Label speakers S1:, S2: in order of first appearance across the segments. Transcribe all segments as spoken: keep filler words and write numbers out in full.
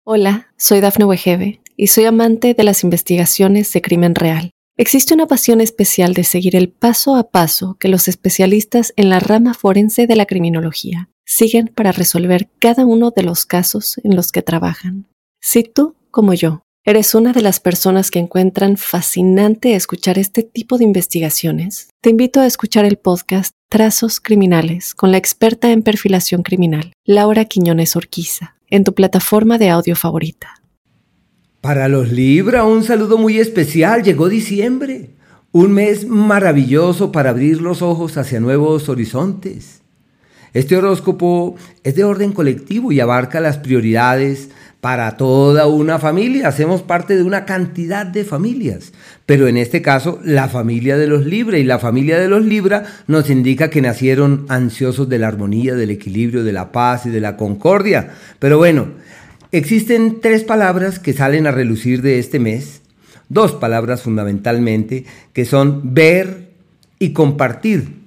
S1: Hola, soy Dafne Wegebe y soy amante de las investigaciones de crimen real. Existe una pasión especial de seguir el paso a paso que los especialistas en la rama forense de la criminología siguen para resolver cada uno de los casos en los que trabajan. Si tú, como yo, eres una de las personas que encuentran fascinante escuchar este tipo de investigaciones, te invito a escuchar el podcast Trazos Criminales con la experta en perfilación criminal, Laura Quiñones Orquiza, en tu plataforma de audio favorita.
S2: Para los Libra, un saludo muy especial. Llegó diciembre, un mes maravilloso para abrir los ojos hacia nuevos horizontes. Este horóscopo es de orden colectivo y abarca las prioridades para toda una familia. Hacemos parte de una cantidad de familias, pero en este caso la familia de los Libra, y la familia de los Libra nos indica que nacieron ansiosos de la armonía, del equilibrio, de la paz y de la concordia. Pero bueno, existen tres palabras que salen a relucir de este mes, dos palabras fundamentalmente, que son ver y compartir.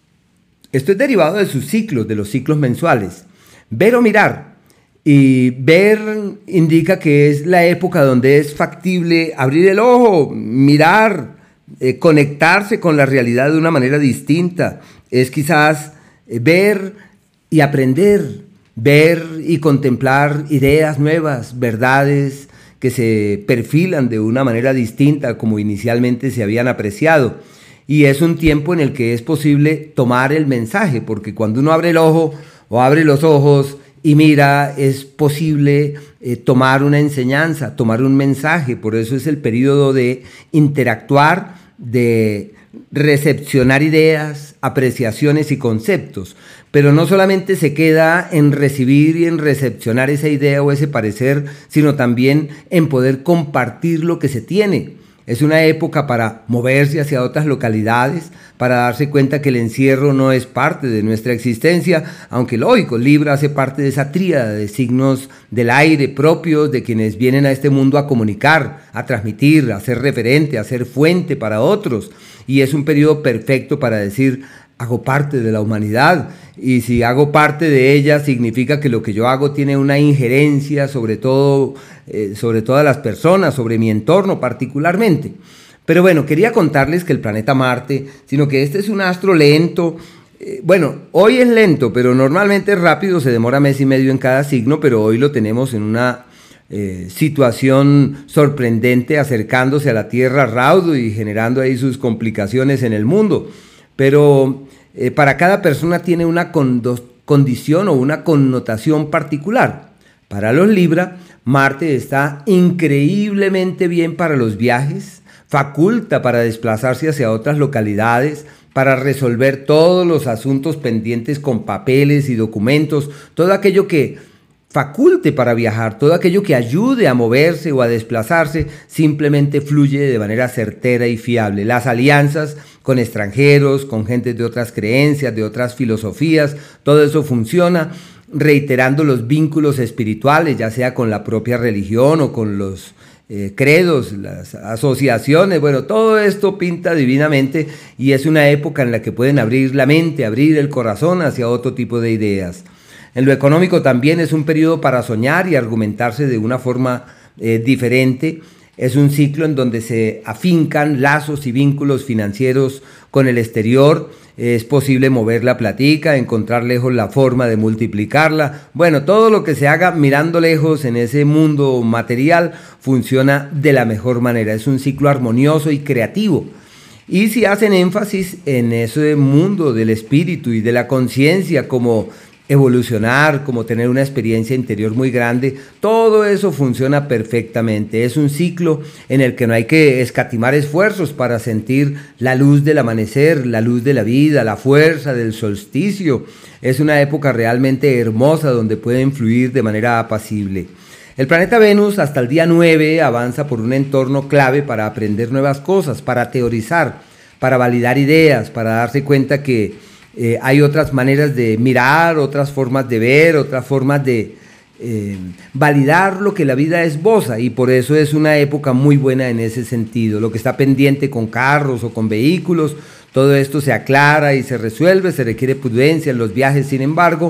S2: Esto es derivado de sus ciclos, de los ciclos mensuales. Ver o mirar. Y ver indica que es la época donde es factible abrir el ojo, mirar, eh, conectarse con la realidad de una manera distinta. Es quizás eh, ver y aprender, ver y contemplar ideas nuevas, verdades que se perfilan de una manera distinta como inicialmente se habían apreciado. Y es un tiempo en el que es posible tomar el mensaje, porque cuando uno abre el ojo o abre los ojos y mira, es posible eh, tomar una enseñanza, tomar un mensaje. Por eso es el periodo de interactuar, de recepcionar ideas, apreciaciones y conceptos. Pero no solamente se queda en recibir y en recepcionar esa idea o ese parecer, sino también en poder compartir lo que se tiene. Es una época para moverse hacia otras localidades, para darse cuenta que el encierro no es parte de nuestra existencia, aunque lógico, Libra hace parte de esa tríada de signos del aire propios de quienes vienen a este mundo a comunicar, a transmitir, a ser referente, a ser fuente para otros. Y es un periodo perfecto para decir: hago parte de la humanidad, y si hago parte de ella significa que lo que yo hago tiene una injerencia sobre todo, eh, sobre todas las personas, sobre mi entorno particularmente. Pero bueno, quería contarles que el planeta Marte, sino que este es un astro lento. Eh, bueno, hoy es lento, pero normalmente es rápido, se demora mes y medio en cada signo, pero hoy lo tenemos en una eh, situación sorprendente, acercándose a la Tierra raudo y generando ahí sus complicaciones en el mundo. Pero eh, para cada persona tiene una condo- condición o una connotación particular. Para los Libra, Marte está increíblemente bien para los viajes, faculta para desplazarse hacia otras localidades, para resolver todos los asuntos pendientes con papeles y documentos, todo aquello que faculte para viajar, todo aquello que ayude a moverse o a desplazarse, simplemente fluye de manera certera y fiable. Las alianzas con extranjeros, con gente de otras creencias, de otras filosofías, todo eso funciona, reiterando los vínculos espirituales, ya sea con la propia religión o con los eh, credos, las asociaciones. Bueno, todo esto pinta divinamente y es una época en la que pueden abrir la mente, abrir el corazón hacia otro tipo de ideas. En lo económico también es un periodo para soñar y argumentarse de una forma eh, diferente. Es un ciclo en donde se afincan lazos y vínculos financieros con el exterior. Es posible mover la platica, encontrar lejos la forma de multiplicarla. Bueno, todo lo que se haga mirando lejos en ese mundo material funciona de la mejor manera. Es un ciclo armonioso y creativo. Y si hacen énfasis en ese mundo del espíritu y de la conciencia, como evolucionar, como tener una experiencia interior muy grande, todo eso funciona perfectamente. Es un ciclo en el que no hay que escatimar esfuerzos para sentir la luz del amanecer, la luz de la vida, la fuerza del solsticio. Es una época realmente hermosa donde pueden fluir de manera apacible. El planeta Venus hasta el día nueve avanza por un entorno clave para aprender nuevas cosas, para teorizar, para validar ideas, para darse cuenta que Eh, hay otras maneras de mirar, otras formas de ver, otras formas de eh, validar lo que la vida esboza, y por eso es una época muy buena en ese sentido. Lo que está pendiente con carros o con vehículos, todo esto se aclara y se resuelve. Se requiere prudencia en los viajes, sin embargo.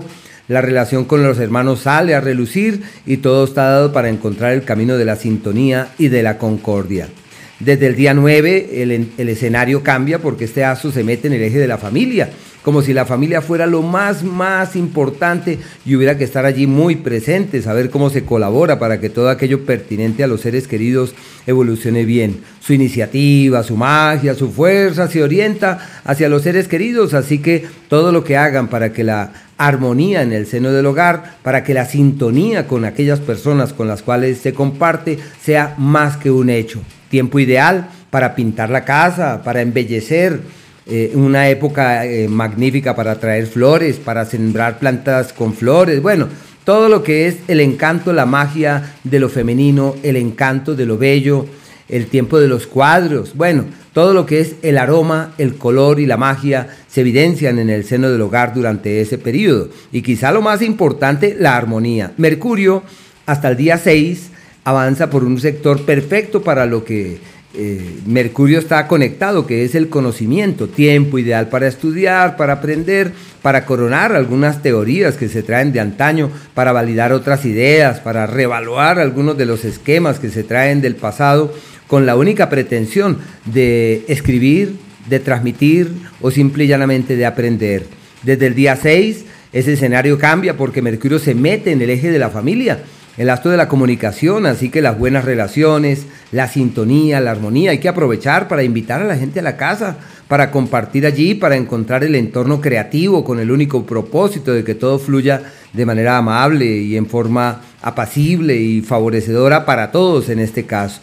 S2: la relación con los hermanos sale a relucir y todo está dado para encontrar el camino de la sintonía y de la concordia. Desde el día nueve el, el escenario cambia porque este aso se mete en el eje de la familia, como si la familia fuera lo más, más importante y hubiera que estar allí muy presente, saber cómo se colabora para que todo aquello pertinente a los seres queridos evolucione bien. Su iniciativa, su magia, su fuerza se orienta hacia los seres queridos, así que todo lo que hagan para que la armonía en el seno del hogar, para que la sintonía con aquellas personas con las cuales se comparte sea más que un hecho. Tiempo ideal para pintar la casa, para embellecer, eh, una época eh, magnífica para traer flores, para sembrar plantas con flores, bueno, todo lo que es el encanto, la magia de lo femenino, el encanto de lo bello, el tiempo de los cuadros, bueno, todo lo que es el aroma, el color y la magia se evidencian en el seno del hogar durante ese periodo. Y quizá lo más importante, la armonía. Mercurio, hasta el día seis, avanza por un sector perfecto para lo que eh, Mercurio está conectado, que es el conocimiento, tiempo ideal para estudiar, para aprender, para coronar algunas teorías que se traen de antaño, para validar otras ideas, para reevaluar algunos de los esquemas que se traen del pasado, con la única pretensión de escribir, de transmitir o simple y llanamente de aprender. Desde el día seis, ese escenario cambia porque Mercurio se mete en el eje de la familia, el astro de la comunicación, así que las buenas relaciones, la sintonía, la armonía, hay que aprovechar para invitar a la gente a la casa, para compartir allí, para encontrar el entorno creativo con el único propósito de que todo fluya de manera amable y en forma apacible y favorecedora para todos en este caso.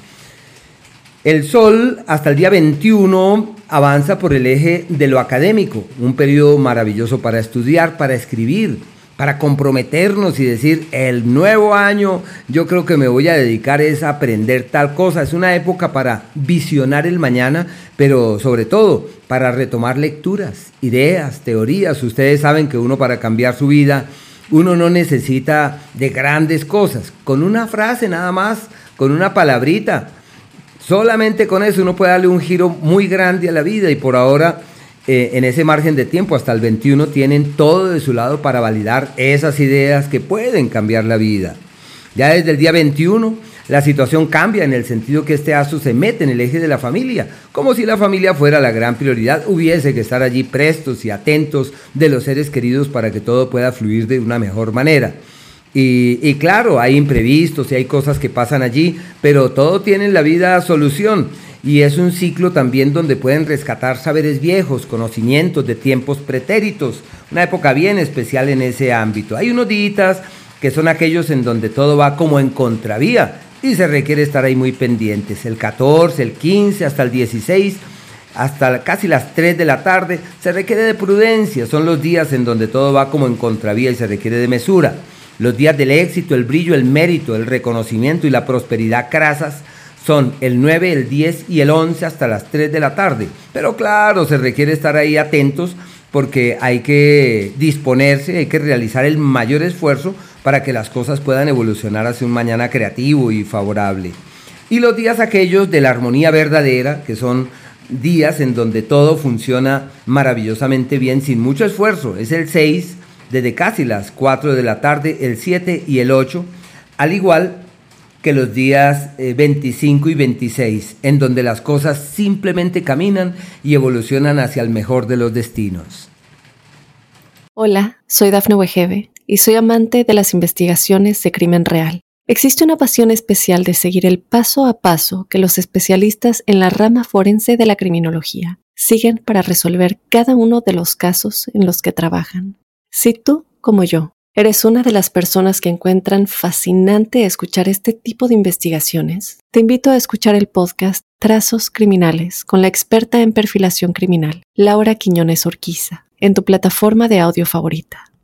S2: El Sol, hasta el día veintiuno, avanza por el eje de lo académico, un periodo maravilloso para estudiar, para escribir, para comprometernos y decir, el nuevo año yo creo que me voy a dedicar es a aprender tal cosa. Es una época para visionar el mañana, pero sobre todo para retomar lecturas, ideas, teorías. Ustedes saben que uno, para cambiar su vida, uno no necesita de grandes cosas. Con una frase nada más, con una palabrita, solamente con eso uno puede darle un giro muy grande a la vida. Y por ahora, eh, en ese margen de tiempo hasta el veintiuno, tienen todo de su lado para validar esas ideas que pueden cambiar la vida. Ya desde el día veintiuno la situación cambia en el sentido que este astro se mete en el eje de la familia, como si la familia fuera la gran prioridad. Hubiese que estar allí prestos y atentos de los seres queridos para que todo pueda fluir de una mejor manera. Y, y claro, hay imprevistos y hay cosas que pasan allí, pero todo tiene en la vida solución. Y es un ciclo también donde pueden rescatar saberes viejos, conocimientos de tiempos pretéritos, una época bien especial en ese ámbito. Hay unos días que son aquellos en donde todo va como en contravía y se requiere estar ahí muy pendientes. El catorce, el quince, hasta el dieciséis, hasta casi las tres de la tarde, se requiere de prudencia. Son los días en donde todo va como en contravía y se requiere de mesura. Los días del éxito, el brillo, el mérito, el reconocimiento y la prosperidad crasas son el nueve, el diez y el once hasta las tres de la tarde. Pero claro, se requiere estar ahí atentos porque hay que disponerse, hay que realizar el mayor esfuerzo para que las cosas puedan evolucionar hacia un mañana creativo y favorable. Y los días aquellos de la armonía verdadera, que son días en donde todo funciona maravillosamente bien sin mucho esfuerzo, es el seis, desde casi las cuatro de la tarde, el siete y el ocho, al igual que los días eh, veinticinco y veintiséis, en donde las cosas simplemente caminan y evolucionan hacia el mejor de los destinos.
S1: Hola, soy Dafne Wegebe y soy amante de las investigaciones de crimen real. Existe una pasión especial de seguir el paso a paso que los especialistas en la rama forense de la criminología siguen para resolver cada uno de los casos en los que trabajan. Si tú, como yo, eres una de las personas que encuentran fascinante escuchar este tipo de investigaciones, te invito a escuchar el podcast Trazos Criminales con la experta en perfilación criminal, Laura Quiñones Orquiza, en tu plataforma de audio favorita.